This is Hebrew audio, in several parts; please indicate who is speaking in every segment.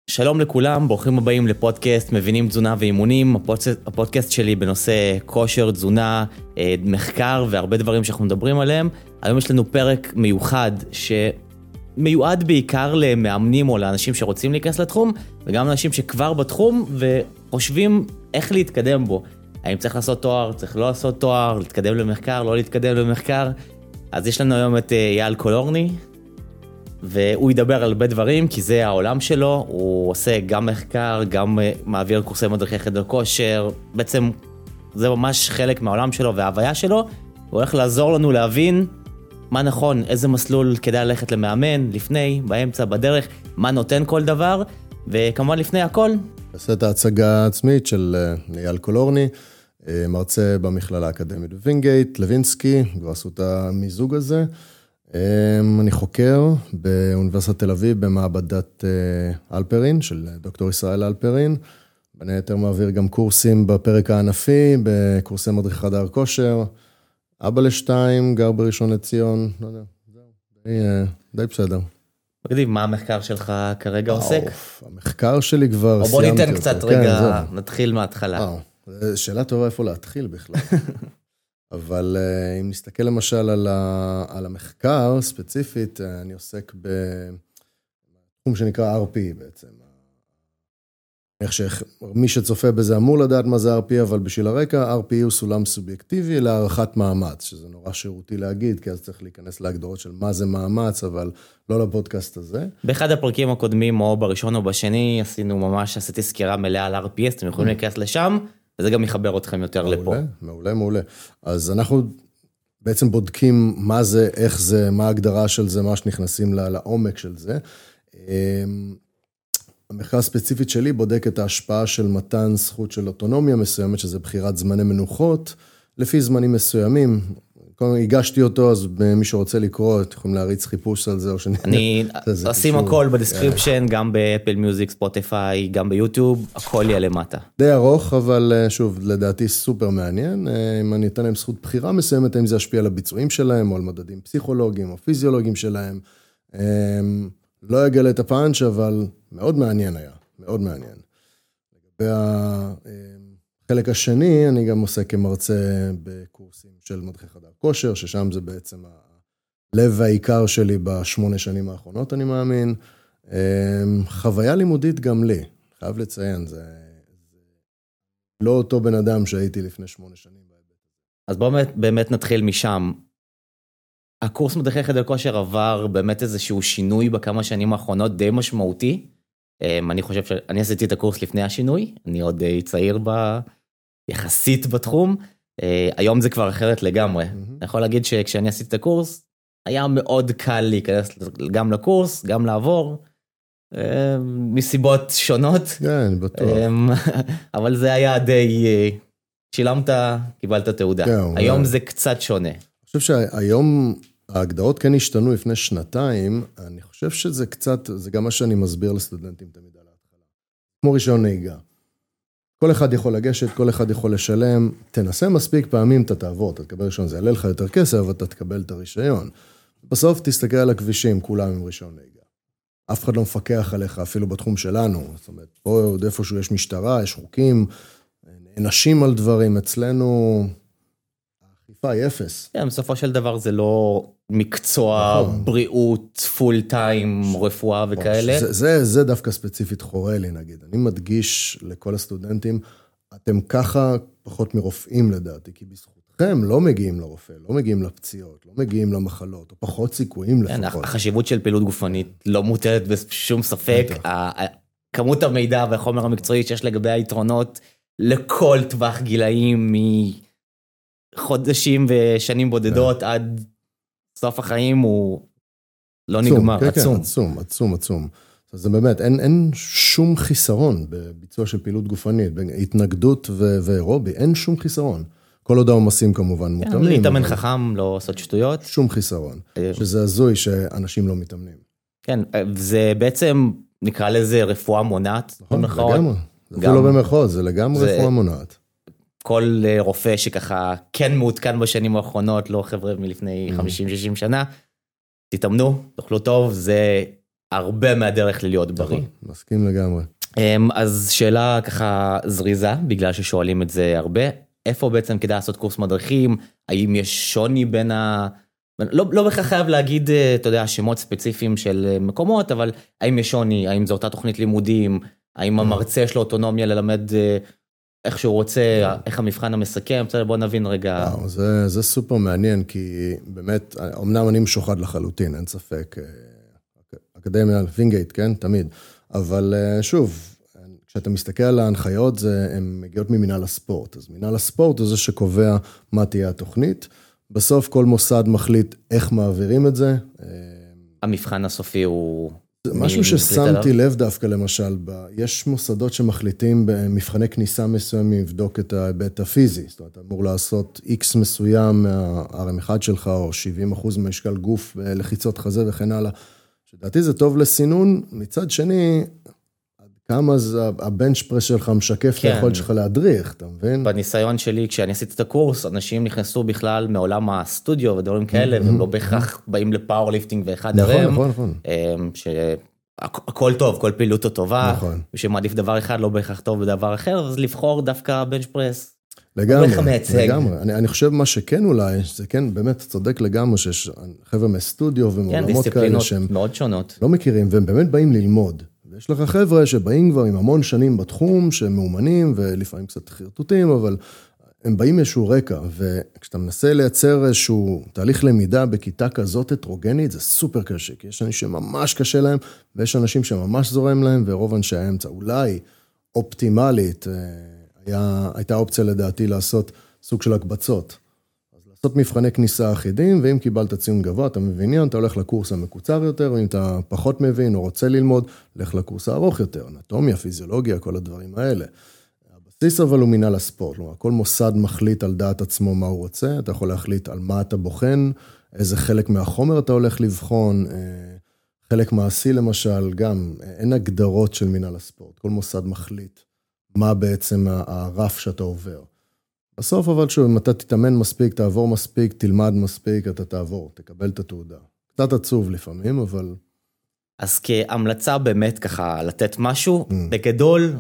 Speaker 1: שלום לכולם, ברוכים הבאים לפודקאסט מבינים תזונה ואימונים, הפודקאסט שלי בנושא כושר, תזונה, מחקר והרבה דברים שאנחנו מדברים עליהם. היום יש לנו פרק מיוחד שמיועד בעיקר למאמנים או לאנשים שרוצים להיכנס לתחום, וגם לאנשים שכבר בתחום וחושבים איך להתקדם בו. האם צריך לעשות תואר, צריך לא לעשות תואר, להתקדם למחקר, לא להתקדם למחקר. אז יש לנו היום את אייל קולורני, והוא ידבר על הרבה דברים, כי זה העולם שלו, הוא עושה גם מחקר, גם מעביר קורסי מדריכי חדר כושר, בעצם זה ממש חלק מהעולם שלו וההוויה שלו, הוא הולך לעזור לנו להבין מה נכון, איזה מסלול כדאי ללכת למאמן, לפני, באמצע, בדרך, מה נותן כל דבר, וכמובן לפני הכל.
Speaker 2: עושה את ההצגה העצמית של אייל קולורני, מרצה במכללה האקדמית בווינגייט, לוינסקי, כבר עשו את המיזוג הזה, אני חוקר באוניברסיטת תל אביב במעבדת אלפרין, של דוקטור ישראל אלפרין. בין היתר מעביר גם קורסים בפרק הענפי, בקורסי מדריך חדר כושר. אבא לשתיים, גר בראשון לציון, לא יודע, די בסדר.
Speaker 1: תגידי, מה המחקר שלך כרגע עוסק?
Speaker 2: המחקר שלי כבר
Speaker 1: סיימתי. או בוא ניתן קצת רגע, נתחיל מההתחלה.
Speaker 2: שאלה טובה איפה להתחיל בכלל. אבל אם נסתכל למשל על המחקר ספציפית, אני עוסק בתחום שנקרא RP בעצם. איך שמי שצופה בזה אמור לדעת מה זה RP, אבל בשביל הרקע, RP הוא סולם סובייקטיבי להערכת מאמץ, שזה נורא שירותי להגיד, כי אז צריך להיכנס להגדרות של מה זה מאמץ, אבל לא לפודקאסט הזה.
Speaker 1: באחד הפרקים הקודמים, או בראשון או בשני, עשיתי סקירה מלאה על RP, אתם יכולים להיכנס לשם, וזה גם יחבר אתכם יותר לפה.
Speaker 2: מעולה. אז אנחנו בעצם בודקים מה זה, איך זה, מה ההגדרה של זה, מה שנכנסים לעומק של זה. המחקר הספציפית שלי בודק את ההשפעה של מתן זכות של אוטונומיה מסוימת, שזה בחירת זמני מנוחות, לפי זמנים מסוימים. הגשתי אותו, אז מי שרוצה לקרוא, אתם יכולים להריץ חיפוש על זה, או
Speaker 1: אני אשים הכל בדסקריפשן, גם באפל מיוזיק, ספוטיפיי, גם ביוטיוב, הכל יהיה למטה.
Speaker 2: די ארוך, אבל שוב, לדעתי סופר מעניין. אם אני אתן להם זכות בחירה מסוימת, האם זה ישפיע על הביצועים שלהם, או על מדדים פסיכולוגיים, או פיזיולוגיים שלהם. לא אגלה את הפאנץ', אבל מאוד מעניין היה, מאוד מעניין. לגבי החלק השני, אני גם עושה כמרצה בקורסים של מדריכי חדר כושר, ששם זה בעצם הלב והעיקר שלי ב8 שנים האחרונות, אני מאמין. חוויה לימודית גם לי, חייב לציין, זה לא אותו בן אדם שהייתי לפני 8 שנים.
Speaker 1: אז בואו באמת נתחיל משם. הקורס מדריכי חדר כושר עבר באמת איזשהו שינוי בכמה שנים האחרונות די משמעותי. אני חושב שאני עשיתי את הקורס לפני השינוי, אני עוד צעיר יחסית בתחום, היום זה כבר אחרת לגמרי. אני יכול להגיד שכשאני עשיתי את הקורס, היה מאוד קל להיכנס גם לקורס, גם לעבור, מסיבות שונות.
Speaker 2: כן, בטוח.
Speaker 1: אבל זה היה די, שילמת, קיבלת תעודה. היום זה קצת שונה.
Speaker 2: אני חושב שהיום ההגדרות כן השתנו לפני 2 אני חושב שזה קצת, זה גם מה שאני מסביר לסטודנטים תמיד על ההתחלה. כמו רישיון נהיגה. כל אחד יכול לגשת, כל אחד יכול לשלם, תנסה מספיק פעמים, אתה תעבור, אתה תקבל רישיון, זה יעלה לך יותר כסף, אבל אתה תקבל את הרישיון. בסוף תסתכל על הכבישים, כולם עם רישיון נהיגה. אף אחד לא מפקח עליך, אפילו בתחום שלנו. זאת אומרת, פה עוד איפשהו יש משטרה, יש חוקים, נענשים על דברים, אצלנו האכיפה היא 0.
Speaker 1: כן, בסופו של דבר זה לא מקצוע, בריאות, פול טיים, רפואה וכאלה.
Speaker 2: זה דווקא ספציפית חורה לי, נגיד. אני מדגיש לכל הסטודנטים, אתם ככה פחות מרופאים לדעתי, כי בזכותכם לא מגיעים לרופא, לא מגיעים לפציעות, לא מגיעים למחלות, או פחות סיכויים לפחות.
Speaker 1: החשיבות של פעילות גופנית לא מוטלת בשום ספק. כמות המידע והחומר המקצועי שיש לגבי היתרונות לכל טווח גילאים מחודשים ושנים בודדות עד סוף החיים הוא לא נגמר, עצום.
Speaker 2: עצום. אז זה באמת, אין שום חיסרון בביצוע של פעילות גופנית, התנגדות ואירובי, אין שום חיסרון. כל עוד העומסים כמובן מותאמים.
Speaker 1: להתאמן חכם, לא לעשות שטויות.
Speaker 2: שום חיסרון, שזה הזוי שאנשים לא מתאמנים.
Speaker 1: כן, זה בעצם נקרא לזה רפואה מונעת.
Speaker 2: נכון, לגמרי. זה אפילו לא במרכאות, זה לגמרי רפואה מונעת.
Speaker 1: כל רופא שככה כן מעודכן בשנים האחרונות, לא חבר'ה מלפני 50-60 שנה, תתאמנו, תאכלו טוב, זה הרבה מהדרך ללהיות בריא.
Speaker 2: מסכים לגמרי.
Speaker 1: אז שאלה ככה זריזה, בגלל ששואלים את זה הרבה, איפה בעצם כדאי לעשות קורס מדריכים? האם יש שוני בין לא בכך חייב להגיד, אתה יודע, שמות ספציפיים של מקומות, אבל האם יש שוני, האם זו אותה תוכנית לימודים, האם המרצה יש לו אוטונומיה ללמד איך שהוא רוצה, איך המבחן המסכם, בוא נבין רגע.
Speaker 2: זה סופר מעניין, כי באמת, אמנם אני משוחד לחלוטין, אין ספק, אקדמיה, וינגייט, כן, תמיד, אבל שוב, כשאתה מסתכל על ההנחיות, הן מגיעות ממינהל הספורט, אז מינהל הספורט הוא זה שקובע מה תהיה התוכנית, בסוף כל מוסד מחליט איך מעבירים את זה.
Speaker 1: המבחן הסופי הוא...
Speaker 2: משהו ששמתי לב דווקא למשל, יש מוסדות שמחליטים במבחני כניסה מסוימים לבדוק את ההיבט הפיזי, זאת אומרת, אמור לעשות X מסוים מה-RM1 שלך, או 70% מהשקל גוף, לחיצות חזה וכן הלאה, שדעתי זה טוב לסינון, מצד שני, כמה הבנץ' פרס שלך משקף את היכולת שלך להדריך, אתה מבין?
Speaker 1: בניסיון שלי, כשאני עשיתי את הקורס, אנשים נכנסו בכלל מעולם הסטודיו ודברים כאלה, והם לא בהכרח באים לפאורליפטינג ואחד הרם.
Speaker 2: נכון.
Speaker 1: הכל טוב, כל פעילות הוא טובה, ושמעדיף דבר אחד לא בהכרח טוב בדבר אחר, אז לבחור דווקא בנץ' פרס.
Speaker 2: לגמרי. אני חושב מה שכן אולי, זה כן באמת צודק לגמרי, שיש חבר'ה מסטודיו ומעולמות כאלה שהם
Speaker 1: מאוד שונות.
Speaker 2: לא מכירים, והם באמת באים ללמוד. ויש לך חבר'ה שבאים כבר עם המון שנים בתחום, שהם מאומנים, ולפעמים קצת חרטוטים, אבל הם באים איזשהו רקע, וכשאתה מנסה לייצר איזשהו תהליך למידה בכיתה כזאת הטרוגנית, זה סופר קשה, כי יש אנשים שממש קשה להם, ויש אנשים שממש זורם להם, ורוב אנשי האמצע, אולי אופטימלית, הייתה אופציה לדעתי לעשות סוג של הקבצות. לעשות מבחני כניסה אחידים, ואם קיבלת ציון גבוה, אתה מבין, אתה הולך לקורס המקוצר יותר, ואם אתה פחות מבין או רוצה ללמוד, לך לקורס הארוך יותר, אנטומיה, פיזיולוגיה, כל הדברים האלה. הבסיס אבל הוא מינהל הספורט, כלומר, כל מוסד מחליט על דעת עצמו מה הוא רוצה, אתה יכול להחליט על מה אתה בוחן, איזה חלק מהחומר אתה הולך לבחון, חלק מעשי למשל, גם אין הגדרות של מינהל הספורט, כל מוסד מחליט מה בעצם הרף שאתה עובר. בסוף אבל שוב, אם אתה תתאמן מספיק, תעבור מספיק, תלמד מספיק, אתה תעבור, תקבל את התעודה. קצת עצוב לפעמים, אבל...
Speaker 1: אז כהמלצה באמת ככה לתת משהו, בגדול,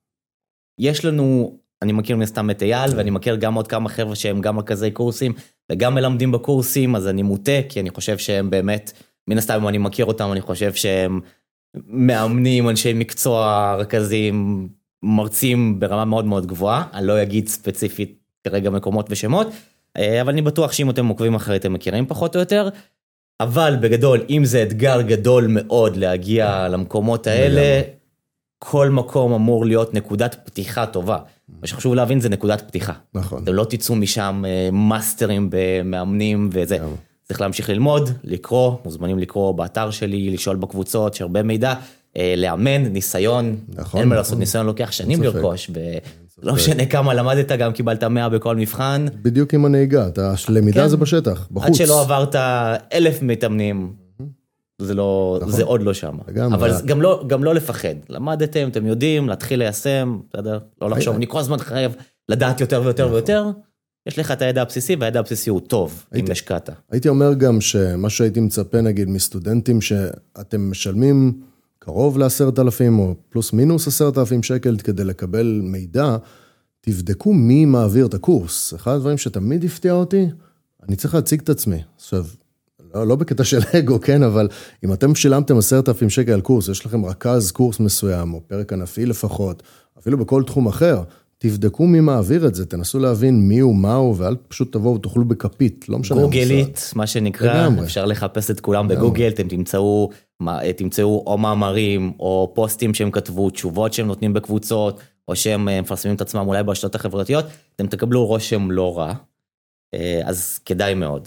Speaker 1: יש לנו, אני מכיר מסתם את אייל, ואני מכיר גם עוד כמה חבר'ה שהם גם רכזי קורסים, וגם מלמדים בקורסים, אז אני מוטה, כי אני חושב שהם באמת, מן הסתם אם אני מכיר אותם, אני חושב שהם מאמנים, אנשי מקצוע, רכזים, מרצים ברמה מאוד מאוד גבוהה, אני לא אגיד ספציפית כרגע מקומות ושמות, אבל אני בטוח שאם אתם עוקבים אחרי, אתם מכירים פחות או יותר, אבל בגדול, אם זה אתגר גדול מאוד להגיע למקומות האלה, כל מקום אמור להיות נקודת פתיחה טובה. מה שחשוב להבין זה נקודת פתיחה.
Speaker 2: נכון.
Speaker 1: אתם לא תצאו משם מאסטרים במאמנים וזה. צריך להמשיך ללמוד, לקרוא, מוזמנים לקרוא באתר שלי, לשאול בקבוצות, שהרבה מידע, לאמן, ניסיון, אין מה לעשות, ניסיון לוקח שנים לרכוש, לא משנה כמה למדת, גם קיבלת 100 בכל מבחן.
Speaker 2: בדיוק עם הנהיגה, הלמידה זה בשטח, בחוץ.
Speaker 1: עד שלא עברת 1,000 מתאמנים, זה עוד לא שם. אבל גם לא לפחד. למדתם, אתם יודעים, להתחיל ליישם, לא לחשוב, אני כל הזמן חייב לדעת יותר ויותר ויותר, יש לך את הידע הבסיסי, והידע הבסיסי הוא טוב, אם השקעת.
Speaker 2: הייתי אומר גם שמה שהייתי מצפה, נגיד, מסטודנטים שאתם משלמים קרוב ל10,000 או פלוס מינוס 10,000 שקל כדי לקבל מידע, תבדקו מי מעביר את הקורס. אחד הדברים שתמיד הפתיע אותי, אני צריך להציג את עצמי. עכשיו, לא בקטע של אגו, כן, אבל אם אתם שילמתם 10,000 שקל על קורס, יש לכם רכז קורס מסוים, או פרק ענפי לפחות, אפילו בכל תחום אחר, תבדקו מי מעביר את זה, תנסו להבין מי הוא, מה הוא, ואל פשוט תבואו ותאכלו בכפית, לא משנה.
Speaker 1: גוגלית, מה שנקרא, אפשר לחפש את כולם בגוגל, אתם תמצאו או מאמרים, או פוסטים שהם כתבו, תשובות שהם נותנים בקבוצות, או שהם מפרסמים את עצמם אולי ברשתות החברתיות, אתם תקבלו רושם לא רע, אז כדאי מאוד.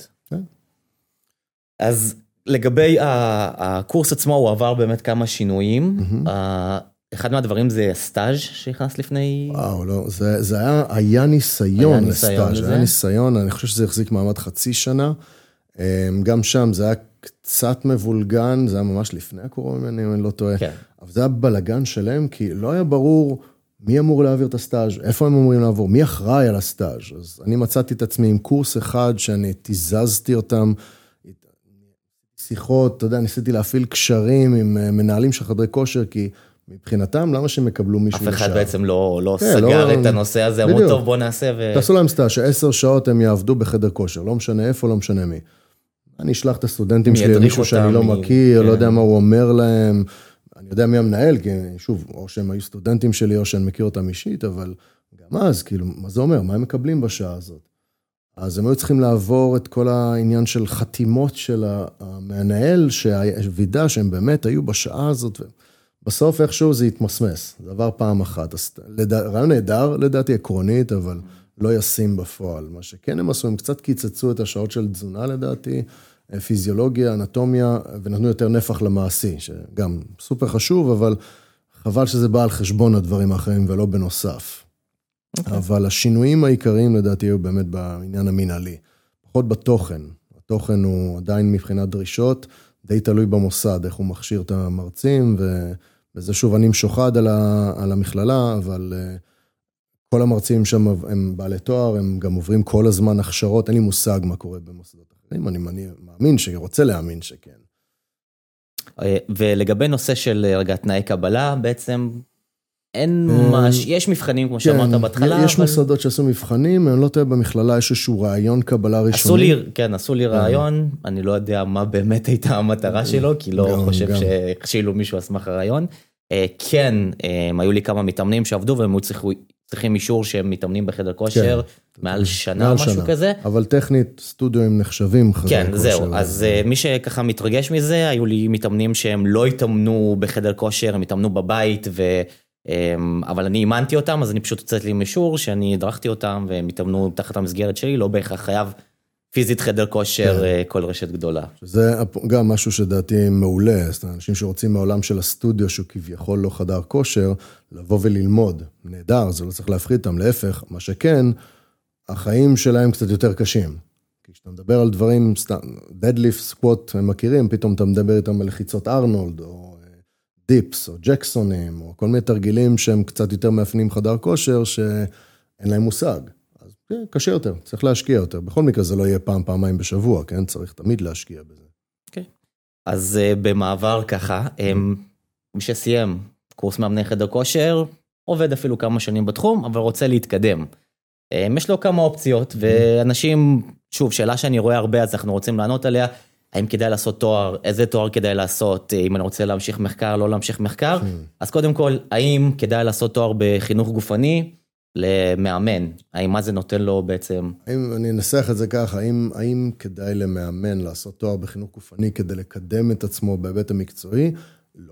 Speaker 1: אז לגבי הקורס עצמו, הוא עבר באמת כמה שינויים, אחד מהדברים זה סטאז' שהכנס לפני...
Speaker 2: וואו, לא, זה היה ניסיון לסטאז', היה ניסיון, אני חושב שזה החזיק מעמד חצי שנה, גם שם זה היה קצת מבולגן, זה היה ממש לפני הקורונה, אם אני לא טועה, אבל זה היה בלגן שלם, כי לא היה ברור מי אמור להעביר את הסטאז', איפה הם אמורים לעבור, מי אחראי על הסטאז', אז אני מצאתי את עצמי עם קורס אחד, שאני תיזזתי אותם, שיחות, אתה יודע, ניסיתי להפעיל קשרים עם מנהלים של חדרי כושר, כי מבחינתם, למה שהם יקבלו מישהו לשעה?
Speaker 1: אף אחד בעצם לא סגר את הנושא הזה, אמרו טוב בוא נעשה
Speaker 2: תעשו להם סטאז' ש10 שעות הם יעבדו בחדר כושר, לא משנה איפה, לא משנה מי. אני אשלח את הסטודנטים שלי למישהו שאני לא מכיר, לא יודע מה הוא אומר להם, אני יודע מי המנהל, כי שוב, או שהם היו סטודנטים שלי, או שאני מכיר אותם אישית, אבל גם אז, כאילו, מה זה אומר? מה הם מקבלים בשעה הזאת? אז הם היו צריכים לעבור את כל העניין של חתימות של המנהל, שהוידע שהם באמת היו בשעה הזאת, ובסוף איכשהו זה התמסמס, זה עבר פעם אחת. רעיון נהדר, לדעתי עקרונית, אבל לא ישים בפועל. מה שכן הם עשו, הם קצת קיצצו את השעות של תזונה, לדעתי, פיזיולוגיה, אנטומיה, ונתנו יותר נפח למעשי, שגם סופר חשוב, אבל חבל שזה בא על חשבון הדברים האחרים ולא בנוסף. אבל השינויים העיקריים לדעתי היו באמת בעניין המנהלי, פחות בתוכן. התוכן הוא עדיין מבחינת דרישות, די תלוי במוסד, איך הוא מכשיר את המרצים, וזה שוב אני משוחד על המכללה, אבל כל המרצים שם הם בעלי תואר, הם גם עוברים כל הזמן הכשרות, אין לי מושג מה קורה במוסדות אחרים, אני מאמין שרוצה להאמין שכן.
Speaker 1: ולגבי נושא של רגע תנאי קבלה, בעצם אין ממש, יש מבחנים כמו שאמרת בהתחלה.
Speaker 2: יש מוסדות שעשו מבחנים, אני לא טועה במכללה, יש איזשהו רעיון קבלה ראשוני.
Speaker 1: עשו לי רעיון, אני לא יודע מה באמת הייתה המטרה שלו, כי לא חושב שהכשילו מישהו אסמך הרעיון. כן, היו לי כמה מתאמנים שעבדו, והם צריכים אישור שהם מתאמנים בחדר כושר, מעל שנה או משהו כזה.
Speaker 2: אבל טכנית, סטודיו נחשבים חדר כושר.
Speaker 1: כן, זהו. אז מי שככה מתרגש מזה, היו לי מתאמנים שהם לא התאמנו בחדר כושר, הם התאמנו בבית, אבל אני אימנתי אותם, אז אני פשוט הוצאת לי אישור, שאני הדרכתי אותם, והם התאמנו תחת המסגרת שלי, לא בהכרח חייב פיזית חדר כושר, כל רשת גדולה.
Speaker 2: זה גם משהו שדעתי מעולה, אנשים שרוצים מהעולם של הסטודיו, שהוא כביכול לא חדר כושר, לבוא וללמוד, נהדר, זה לא צריך להפחיד אותם, להפך, מה שכן, החיים שלהם קצת יותר קשים. כי כשאתה מדבר על דברים, דדליפט, סקווט, הם מכירים, פתאום אתה מדבר איתם על לחיצות ארנולד, או דיפס, או ג'קסונים, או כל מיני תרגילים שהם קצת יותר מאפיינים חדר כושר, שאין להם מושג. אז כן, קשה יותר, צריך להשקיע יותר. בכל מקרה זה לא יהיה פעמיים בשבוע, כן? צריך תמיד להשקיע בזה.
Speaker 1: אוקיי. אז במעבר ככה, מי שסיים קורס מאמני חדר כושר, עובד אפילו כמה שנים בתחום, אבל רוצה להתקדם. יש לו כמה אופציות, ואנשים, שוב, שאלה שאני רואה הרבה, אז אנחנו רוצים לענות עליה, האם כדאי לעשות תואר, איזה תואר כדאי לעשות, אם אני רוצה להמשיך מחקר, לא להמשיך מחקר, אז קודם כל, האם כדאי לעשות תואר בחינוך גופני למאמן? האם מה זה נותן לו בעצם?
Speaker 2: אני אנסח את זה ככה, האם כדאי למאמן לעשות תואר בחינוך גופני כדי לקדם את עצמו בהיבט המקצועי? לא.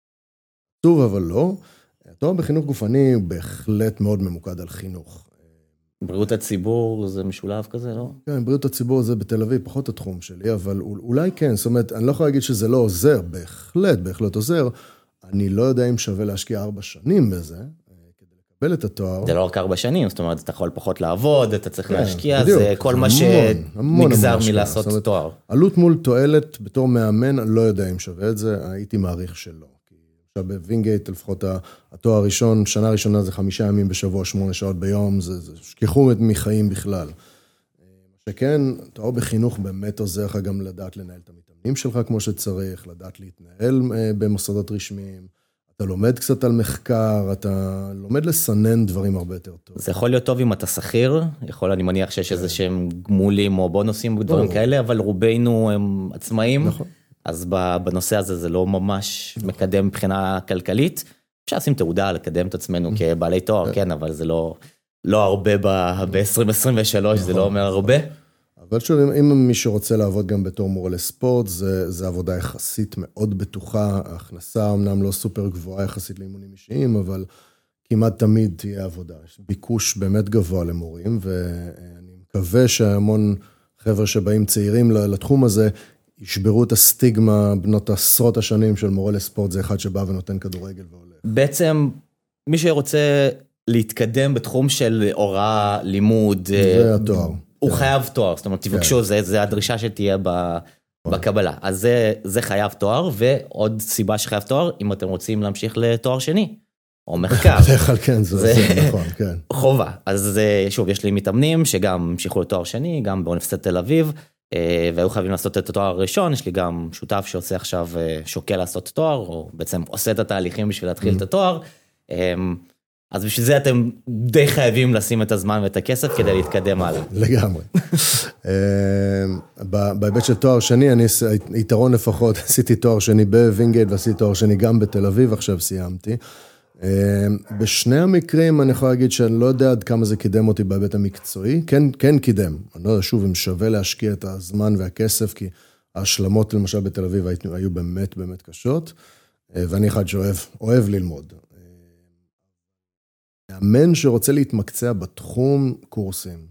Speaker 2: טוב, אבל לא. התואר בחינוך גופני הוא בהחלט מאוד ממוקד על חינוך.
Speaker 1: בריאות הציבור זה משולב כזה, לא?
Speaker 2: כן, בריאות הציבור זה בתל אביב, פחות התחום שלי, אבל אולי כן, זאת אומרת, אני לא יכול להגיד שזה לא עוזר, בהחלט עוזר, אני לא יודע אם שווה להשקיע 4 שנים בזה, כדי לקבל את התואר.
Speaker 1: זה לא רק 4 שנים, זאת אומרת, אתה יכול פחות לעבוד, אתה צריך להשקיע, זה כל מה שנגזר מלעשות תואר.
Speaker 2: עלות מול תועלת בתור מאמן, אני לא יודע אם שווה את זה, הייתי מעריך שלא. עכשיו בווינגייט, לפחות התואר הראשון, שנה ראשונה זה 5 ימים בשבוע, 8 שעות ביום, זה שכחו מחיים בכלל. שכן, תואר בחינוך באמת עוזר לך גם לדעת לנהל את המתאמנים שלך כמו שצריך, לדעת להתנהל במוסדות רשמיים, אתה לומד קצת על מחקר, אתה לומד לסנן דברים הרבה יותר טוב.
Speaker 1: זה יכול להיות טוב אם אתה שכיר, אני מניח שיש איזה שהם גמולים או בונוסים ודברים כאלה, אבל רובנו הם עצמאים. נכון. אז בנושא הזה זה לא ממש מקדם מבחינה כלכלית. אפשר לשים תעודה לקדם את עצמנו כבעלי תואר, כן, אבל זה לא הרבה ב-2023, זה לא אומר הרבה.
Speaker 2: אבל שוב, אם מישהו רוצה לעבוד גם בתור מורה לספורט, זה עבודה יחסית מאוד בטוחה, ההכנסה אמנם לא סופר גבוהה יחסית לאימונים אישיים, אבל כמעט תמיד תהיה עבודה. יש ביקוש באמת גבוה למורים, ואני מקווה שהמון חבר'ה שבאים צעירים לתחום הזה, ישברו את הסטיגמה בנות עשרות השנים של מורה לספורט, זה אחד שבא ונותן כדורגל והולך.
Speaker 1: בעצם, מי שרוצה להתקדם בתחום של הוראה, לימוד,
Speaker 2: זה התואר.
Speaker 1: הוא חייב תואר, זאת אומרת, תבקשו, זה הדרישה שתהיה בקבלה. אז זה חייב תואר, ועוד סיבה שחייב תואר, אם אתם רוצים להמשיך לתואר שני, או מחקר.
Speaker 2: בדרך כלל כן, זה נכון, כן.
Speaker 1: חובה. אז שוב, יש לי מתאמנים שגם המשיכו לתואר שני, גם באוניברסיטת תל אביב, והיו חייבים לעשות את התואר הראשון, יש לי גם שותף שעושה עכשיו, שוקל לעשות תואר, או בעצם עושה את התהליכים בשביל להתחיל את התואר, אז בשביל זה אתם די חייבים לשים את הזמן ואת הכסף כדי להתקדם הלאה.
Speaker 2: לגמרי. בהיבט של תואר שני, אני יתרון לפחות, עשיתי תואר שני בווינגייט, ועשיתי תואר שני גם בתל אביב, עכשיו סיימתי. בשני המקרים אני יכול להגיד שאני לא יודע עד כמה זה קידם אותי בהיבט המקצועי, כן קידם. אני לא יודע שוב אם שווה להשקיע את הזמן והכסף, כי ההשלמות למשל בתל אביב היו באמת באמת קשות, ואני אחד שאוהב ללמוד. מאמן שרוצה להתמקצע בתחום קורסים,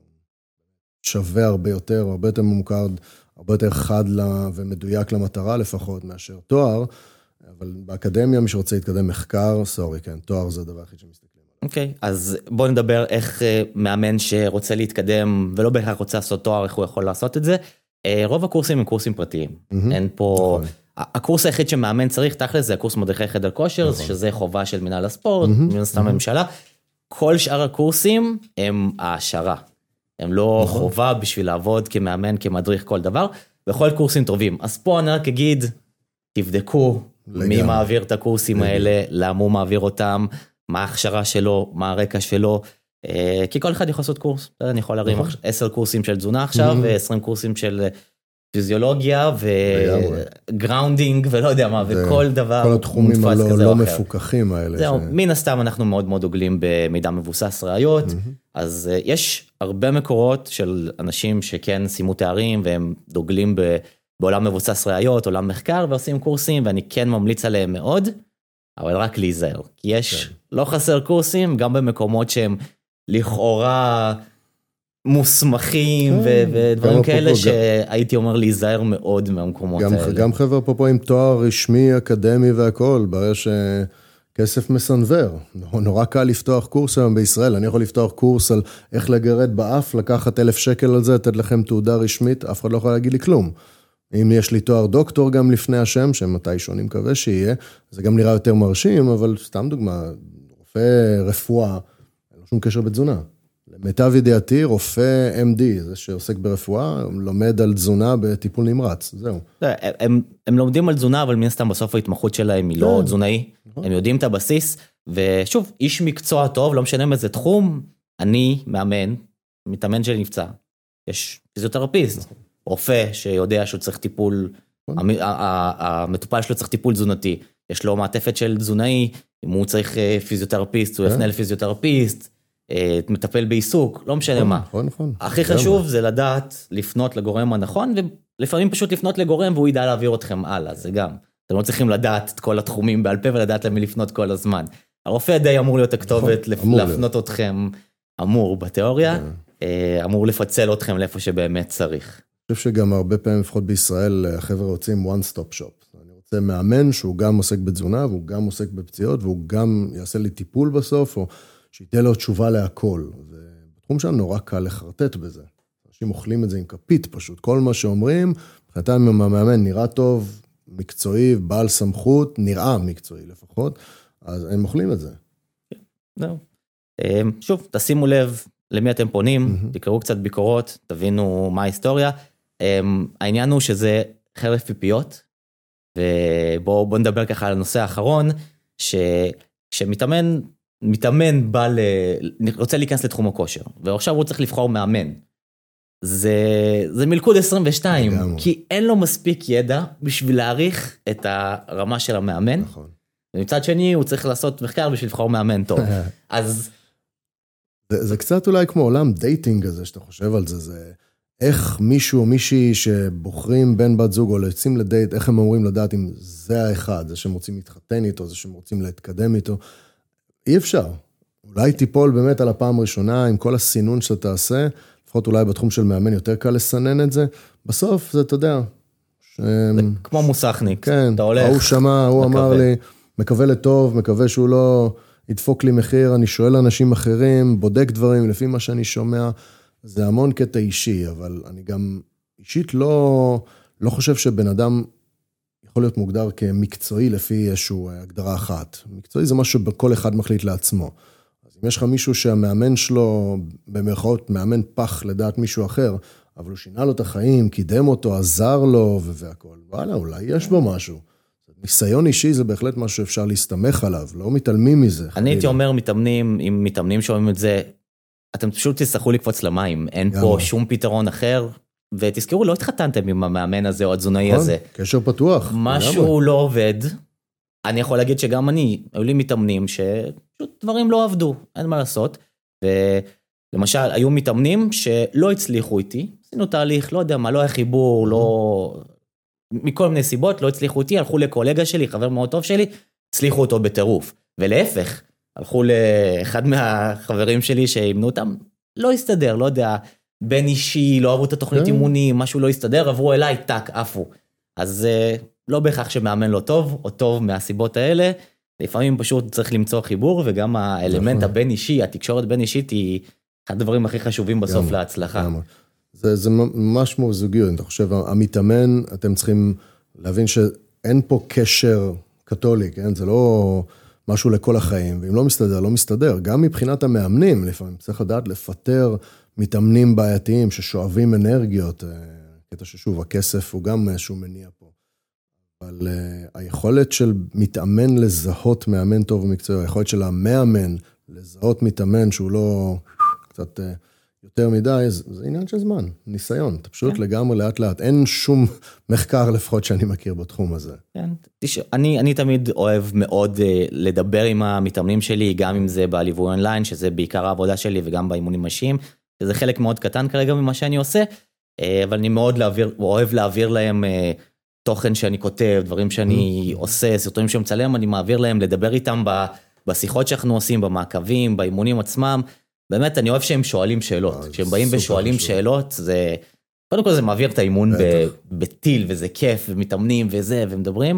Speaker 2: שווה הרבה יותר ממוקד, הרבה יותר חד ומדויק למטרה לפחות מאשר תואר, אבל באקדמיה מי שרוצה להתקדם מחקר, כן, תואר זה הדבר הכי שמסתכלים עליו.
Speaker 1: אוקיי, אז בואו נדבר איך מאמן שרוצה להתקדם ולא בהכרח רוצה לעשות תואר, איך הוא יכול לעשות את זה. רוב הקורסים הם קורסים פרטיים, אין פה... הקורס היחיד שמאמן צריך תכל'ס זה הקורס מדריכי חדר כושר, שזה חובה של מנהל הספורט, מן הסתם הממשלה. כל שאר הקורסים הם העשרה. הם לא חובה בשביל לעבוד כמאמן, כמדריך, כל דבר. וכל קורסים טובים. אז פה אני רק אגיד, תבדקו מי מעביר את הקורסים האלה, למה הוא מעביר אותם, מה ההכשרה שלו, מה הרקע שלו. כי כל אחד יכול לעשות קורס. אני יכול להרים 10 קורסים של תזונה עכשיו, ו20 קורסים של... פיזיולוגיה וגראונדינג ולא יודע מה, וכל דבר.
Speaker 2: כל התחומים הלא מפוקחים האלה.
Speaker 1: זהו, מן הסתם אנחנו מאוד מאוד דוגלים במידע מבוסס ראיות, אז יש הרבה מקורות של אנשים שכן שימו תארים, והם דוגלים בעולם מבוסס ראיות, עולם מחקר, ועושים קורסים, ואני כן ממליץ עליהם מאוד, אבל רק להיזהר. כי יש לא חסר קורסים, גם במקומות שהם לכאורה... מוסמכים ודברים כאלה שהייתי אומר להיזהר מאוד מהמקומות האלה.
Speaker 2: גם חבר'ה פה עם תואר רשמי, אקדמי והכל, ברגע שכסף מסנבר. נורא קל לפתוח קורס היום בישראל, אני יכול לפתוח קורס על איך לגרד באף, לקחת 1,000 שקל על זה, לתת לכם תעודה רשמית, אף אחד לא יכול להגיד לי כלום. אם יש לי תואר דוקטור גם לפני השם, שמתי שאני מקווה שיהיה, זה גם נראה יותר מרשים, אבל סתם דוגמה, רופא רפואה, אין לו שום קשר בתזונה. למיטב ידיעתי, רופא MD, זה שעוסק ברפואה, לומד על תזונה בטיפול נמרץ, זהו.
Speaker 1: הם לומדים על תזונה, אבל מן הסתם בסוף ההתמחות שלהם היא לא תזונאי, הם יודעים את הבסיס, ושוב, איש מקצוע טוב, לא משנה מאיזה תחום, אני מאמן, מתאמן שלי נפצע, יש פיזיותרפיסט, רופא שיודע שהוא צריך טיפול, המטופל שלו צריך טיפול תזונתי, יש לו מעטפת של תזונאי, אם הוא צריך פיזיותרפיסט, הוא יפנה לפיזיותרפיסט, מטפל בעיסוק, לא משנה מה. הכי חשוב זה לדעת לפנות לגורם הנכון, ולפעמים פשוט לפנות לגורם והוא ידע להעביר אתכם הלאה, זה גם. אתם לא צריכים לדעת את כל התחומים בעל פה ולדעת למי לפנות כל הזמן. הרופא די אמור להיות הכתובת להפנות אתכם, אמור בתיאוריה, אמור לפצל אתכם לאיפה שבאמת צריך.
Speaker 2: אני חושב שגם הרבה פעמים, לפחות בישראל, החבר'ה רוצים one stop shop. אני רוצה מאמן שהוא גם עוסק בתזונה, והוא גם עוסק בפציעות, והוא גם יעשה לי טיפול בסוף, או שייתן לו תשובה להכל. בתחום שלנו נורא קל לחרטט בזה. אנשים אוכלים את זה עם כפית פשוט. כל מה שאומרים, מבחינתם אם המאמן נראה טוב, מקצועי, בעל סמכות, נראה מקצועי לפחות, אז הם אוכלים את זה.
Speaker 1: זהו. שוב, תשימו לב למי אתם פונים, תקראו קצת ביקורות, תבינו מה ההיסטוריה. העניין הוא שזה חרב פיפיות, ובואו נדבר ככה על הנושא האחרון, שכשמתאמן רוצה להיכנס לתחום הכושר, ועכשיו הוא צריך לבחור מאמן. זה מלכוד 22, כי אין לו מספיק ידע בשביל להעריך את הרמה של המאמן. נכון. ומצד שני הוא צריך לעשות מחקר בשביל לבחור מאמן טוב. אז...
Speaker 2: זה קצת אולי כמו עולם דייטינג הזה, שאתה חושב על זה, זה איך מישהו או מישהי שבוחרים בן בת זוג או יוצאים לדייט, איך הם אמורים לדעת אם זה האחד, זה שהם רוצים להתחתן איתו, זה שהם רוצים להתקדם איתו. אי אפשר. אולי תיפול באמת על הפעם הראשונה, עם כל הסינון שאתה תעשה, לפחות אולי בתחום של מאמן יותר קל לסנן את זה. בסוף זה, אתה יודע...
Speaker 1: זה כמו מוסכניק.
Speaker 2: כן, הוא שמע, הוא אמר לי, מקווה לטוב, מקווה שהוא לא ידפוק לי מחיר, אני שואל אנשים אחרים, בודק דברים, לפי מה שאני שומע, זה המון קטע אישי, אבל אני גם אישית לא חושב שבן אדם יכול להיות מוגדר כמקצועי לפי איזושהי הגדרה אחת. מקצועי זה משהו בכל אחד מחליט לעצמו. אז אם יש לך מישהו שהמאמן שלו, במרכאות, מאמן פח לדעת מישהו אחר, אבל הוא שינה לו את החיים, קידם אותו, עזר לו והכל. וואלה, אולי יש בו משהו. ניסיון אישי זה בהחלט משהו שאפשר להסתמך עליו, לא מתעלמים מזה.
Speaker 1: אני הייתי אומר, מתאמנים, אם מתאמנים שומעים את זה, אתם פשוט תצטרכו לקפוץ למים, אין פה שום פתרון אחר, ותזכרו, לא התחתנתם עם המאמן הזה או התזונאי הזה.
Speaker 2: קשר פתוח.
Speaker 1: משהו לא עובד, אני יכול להגיד שגם אני, היו לי מתאמנים שפשוט דברים לא עבדו, אין מה לעשות, ולמשל, היו מתאמנים שלא הצליחו איתי, עשינו תהליך, לא יודע מה, לא היה חיבור, לא... מכל מיני סיבות, לא הצליחו איתי, הלכו לקולגה שלי, חבר מאוד טוב שלי, הצליחו אותו בטירוף, ולהפך, הלכו לאחד מהחברים שלי שאימנו אותם, לא הסתדר, לא יודע, בין אישי, לא אהבו את התוכנית אימונים, משהו לא הסתדר, עברו אליי, טק, עפו. אז לא בהכרח שמאמן לא טוב, או טוב מהסיבות האלה, לפעמים פשוט צריך למצוא חיבור, וגם האלמנט הבין אישי, התקשורת בין אישית, היא אחד הדברים הכי חשובים בסוף להצלחה.
Speaker 2: זה ממש כמו זוגיות, אתה חושב, המתאמן, אתם צריכים להבין שאין פה קשר קתולי, כן? זה לא משהו לכל החיים, ואם לא מסתדר, לא מסתדר. גם מבחינת המאמנים, לפעמים צריך לדעת לפטר מתאמנים בעייתיים ששואבים אנרגיות, קטע ששוב, הכסף הוא גם איזשהו מניע פה. אבל היכולת של מתאמן לזהות מאמן טוב ומקצועי, היכולת של המאמן לזהות מתאמן שהוא לא קצת יותר מדי, זה עניין של זמן, ניסיון, אתה פשוט לגמרי לאט לאט, אין שום מחקר לפחות שאני מכיר בתחום הזה.
Speaker 1: כן, אני תמיד אוהב מאוד לדבר עם המתאמנים שלי, גם אם זה בליווי אונליין, שזה בעיקר העבודה שלי וגם באימונים אישיים, שזה חלק מאוד קטן כרגע ממה שאני עושה, אבל אני מאוד אוהב להעביר להם תוכן שאני כותב, דברים שאני עושה, סרטונים שמצלם, אני מעביר להם לדבר איתם בשיחות שאנחנו עושים, במעקבים, באימונים עצמם, באמת אני אוהב שהם שואלים שאלות, כשהם באים ושואלים שאלות, זה, קודם כל זה מעביר את האימון בטיל, וזה כיף, ומתאמנים וזה, ומדברים,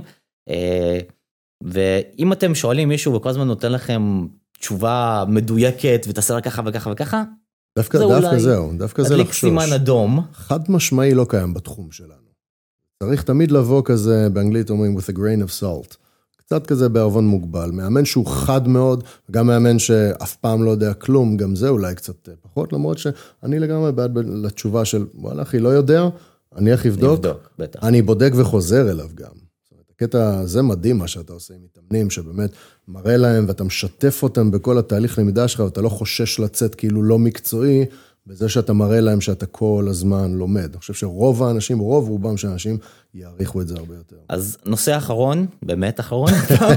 Speaker 1: ואם אתם שואלים מישהו וכל הזמן נותן לכם תשובה מדויקת, ותעשה ככה וככה וככה,
Speaker 2: דווקא זה
Speaker 1: לחשוש. סימן אדום.
Speaker 2: חד משמעי לא קיים בתחום שלנו. צריך תמיד לבוא כזה, באנגלית אומרים, with a grain of salt. קצת כזה בערבון מוגבל. מאמן שהוא חד מאוד, גם מאמן שאף פעם לא יודע כלום, גם זה אולי קצת פחות, למרות שאני לגמרי בעד לתשובה של, וואלה אחי, לא יודע, אני איך אבדוק, אני בודק וחוזר אליו גם. הקטע זה מדהים מה שאתה עושה עם מתאמנים, שבאמת מראה להם ואתה משתף אותם בכל התהליך למידה שלך, ואתה לא חושש לצאת כאילו לא מקצועי, בזה שאתה מראה להם שאתה כל הזמן לומד. אני חושב שרוב האנשים, רוב רובם של האנשים, יעריכו את זה הרבה יותר.
Speaker 1: אז נושא אחרון, באמת אחרון,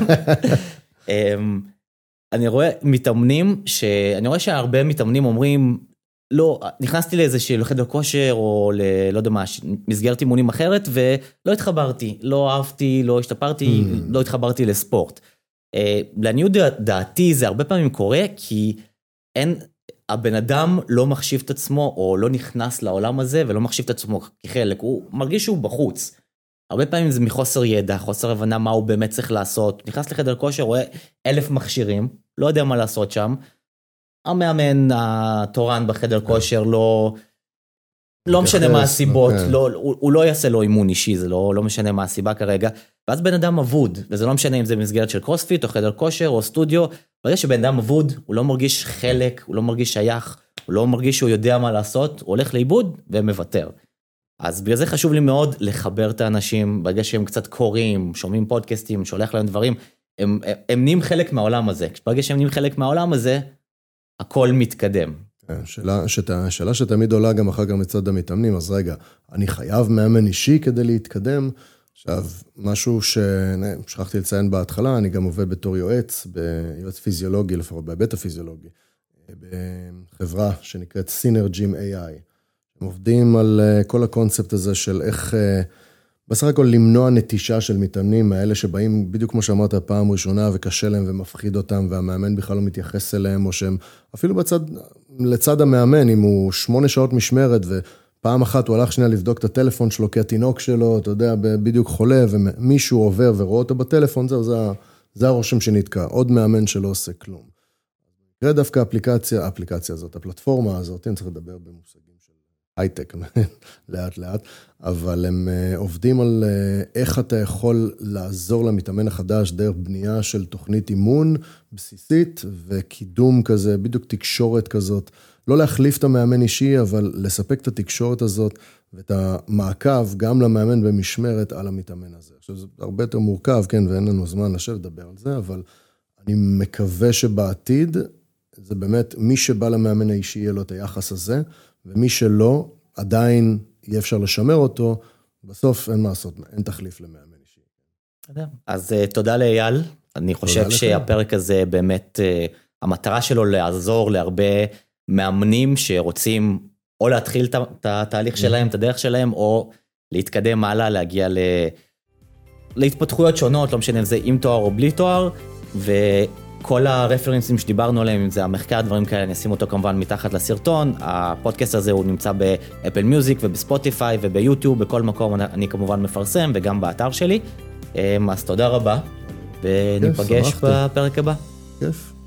Speaker 1: אני רואה מתאמנים, אני רואה שהרבה מתאמנים אומרים, לא, נכנסתי לאיזשהו חדר כושר, או לא יודע מה, מסגרת אימונים אחרת, ולא התחברתי, לא אהבתי, לא השתפרתי, לא התחברתי לספורט. לעניות דעתי זה הרבה פעמים קורה, כי הבן אדם לא מחשיב את עצמו, או לא נכנס לעולם הזה, ולא מחשיב את עצמו כחלק, הוא מרגיש שהוא בחוץ. הרבה פעמים זה מחוסר ידע, חוסר הבנה מה הוא באמת צריך לעשות, נכנס לחדר כושר, רואה 1000 מכשירים, לא יודע מה לעשות שם, המאמן התורן בחדר כושר לא משנה מה הסיבות, הוא לא יעשה לו אימון אישי, זה לא משנה מה הסיבה כרגע, ואז בן אדם אבוד, וזה לא משנה אם זה במסגרת של קרוספיט, או חדר כושר, או סטודיו, ברגע שבן אדם אבוד, הוא לא מרגיש חלק, הוא לא מרגיש שייך, הוא לא מרגיש שהוא יודע מה לעשות, הוא הולך לאיבוד ומוותר. אז בגלל זה חשוב לי מאוד לחבר את האנשים, ברגע שהם קצת קוראים, שומעים פודקאסטים, שולח להם דברים, הם נהיים חלק מהעולם הזה. ברגע שהם נהיים חלק מהעולם הזה, הכל מתקדם.
Speaker 2: שאלה שתמיד עולה גם אחר כך מצד המתאמנים, אז רגע, אני חייב מאמן אישי כדי להתקדם. עכשיו, משהו ששכחתי לציין בהתחלה, אני גם עובד בתור יועץ פיזיולוגי, לפחות בהיבט הפיזיולוגי, בחברה שנקראת סינרג'ים AI. הם עובדים על כל הקונספט הזה של איך, בסך הכל למנוע נטישה של מתאמנים, האלה שבאים בדיוק כמו שאמרת פעם ראשונה, וקשה להם ומפחיד אותם, והמאמן בכלל לא מתייחס אליהם, או שהם אפילו לצד המאמן, אם הוא 8 שעות משמרת, ופעם אחת הוא הלך שנייה לבדוק את הטלפון שלו, כי התינוק שלו, אתה יודע, בדיוק חולה, ומישהו עובר ורואה אותו בטלפון, זה הרושם שנתקע, עוד מאמן שלא עושה כלום. תראה דווקא האפליקציה הזאת, הפלטפורמה הזאת, אני צריך לדבר במושגים של הייטק, לאט לאט, אבל הם עובדים על איך אתה יכול לעזור למתאמן החדש, דרך בנייה של תוכנית אימון בסיסית, וקידום כזה, בדיוק תקשורת כזאת, לא להחליף את המאמן אישי, אבל לספק את התקשורת הזאת, ואת המעקב גם למאמן במשמרת על המתאמן הזה. עכשיו, זה הרבה יותר מורכב, כן, ואין לנו זמן לשבת לדבר על זה, אבל אני מקווה שבעתיד, זה באמת, מי שבא למאמן האישי יהיה לו את היחס הזה, ומי שלא, עדיין יהיה אפשר לשמר אותו, בסוף אין מה לעשות, אין תחליף למאמן אישי.
Speaker 1: אז תודה לאייל, אני חושב שהפרק הזה באמת, המטרה שלו לעזור להרבה מאמנים שרוצים או להתחיל את התהליך שלהם, את הדרך שלהם, או להתקדם הלאה, להגיע להתפתחויות שונות, לא משנה אם זה עם תואר או בלי תואר, וכל הרפרנסים שדיברנו עליהם, אם זה המחקר, דברים כאלה, אני אשים אותו כמובן מתחת לסרטון. הפודקאסט הזה הוא נמצא באפל מיוזיק ובספוטיפיי וביוטיוב, בכל מקום אני כמובן מפרסם, וגם באתר שלי. אז תודה רבה, וניפגש בפרק הבא.
Speaker 2: כיף.